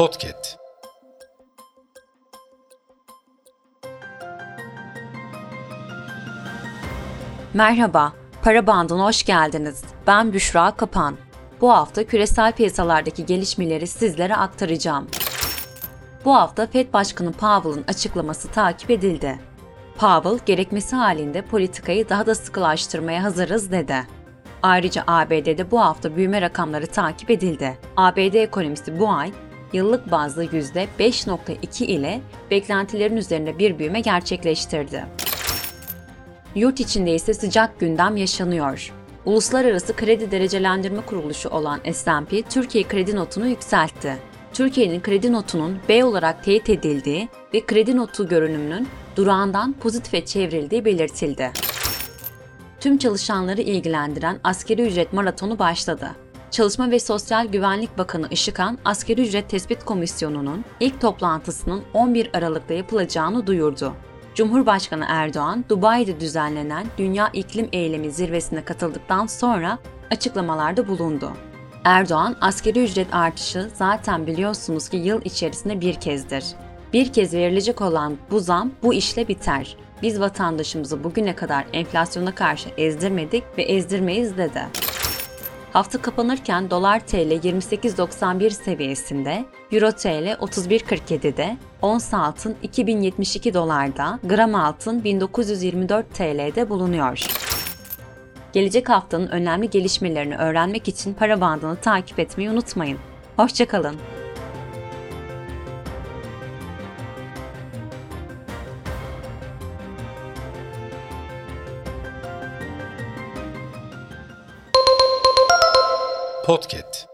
Podcast. Merhaba, Para Bandı'na hoş geldiniz. Ben Büşra Kapan. Bu hafta küresel piyasalardaki gelişmeleri sizlere aktaracağım. Bu hafta FED Başkanı Powell'ın açıklaması takip edildi. Powell, gerekmesi halinde politikayı daha da sıkılaştırmaya hazırız dedi. Ayrıca ABD'de bu hafta büyüme rakamları takip edildi. ABD ekonomisi bu ay yıllık bazda %5.2 ile beklentilerin üzerinde bir büyüme gerçekleştirdi. Yurt içinde ise sıcak gündem yaşanıyor. Uluslararası Kredi Derecelendirme Kuruluşu olan S&P, Türkiye kredi notunu yükseltti. Türkiye'nin kredi notunun B olarak teyit edildiği ve kredi notu görünümünün durağından pozitife çevrildiği belirtildi. Tüm çalışanları ilgilendiren asgari ücret maratonu başladı. Çalışma ve Sosyal Güvenlik Bakanı Işıkhan, Asgari Ücret Tespit Komisyonu'nun ilk toplantısının 11 Aralık'ta yapılacağını duyurdu. Cumhurbaşkanı Erdoğan, Dubai'de düzenlenen Dünya İklim Eylemi Zirvesi'ne katıldıktan sonra açıklamalarda bulundu. Erdoğan, asgari ücret artışı zaten biliyorsunuz ki yıl içerisinde bir kezdir. Bir kez verilecek olan bu zam bu işle biter. Biz vatandaşımızı bugüne kadar enflasyona karşı ezdirmedik ve ezdirmeyiz dedi. Hafta kapanırken dolar TL 28.91 seviyesinde, euro TL 31.47'de, ons altın 2072 dolarda, gram altın 1924 TL'de bulunuyor. Gelecek haftanın önemli gelişmelerini öğrenmek için Para Bandı'nı takip etmeyi unutmayın. Hoşça kalın. Podcast.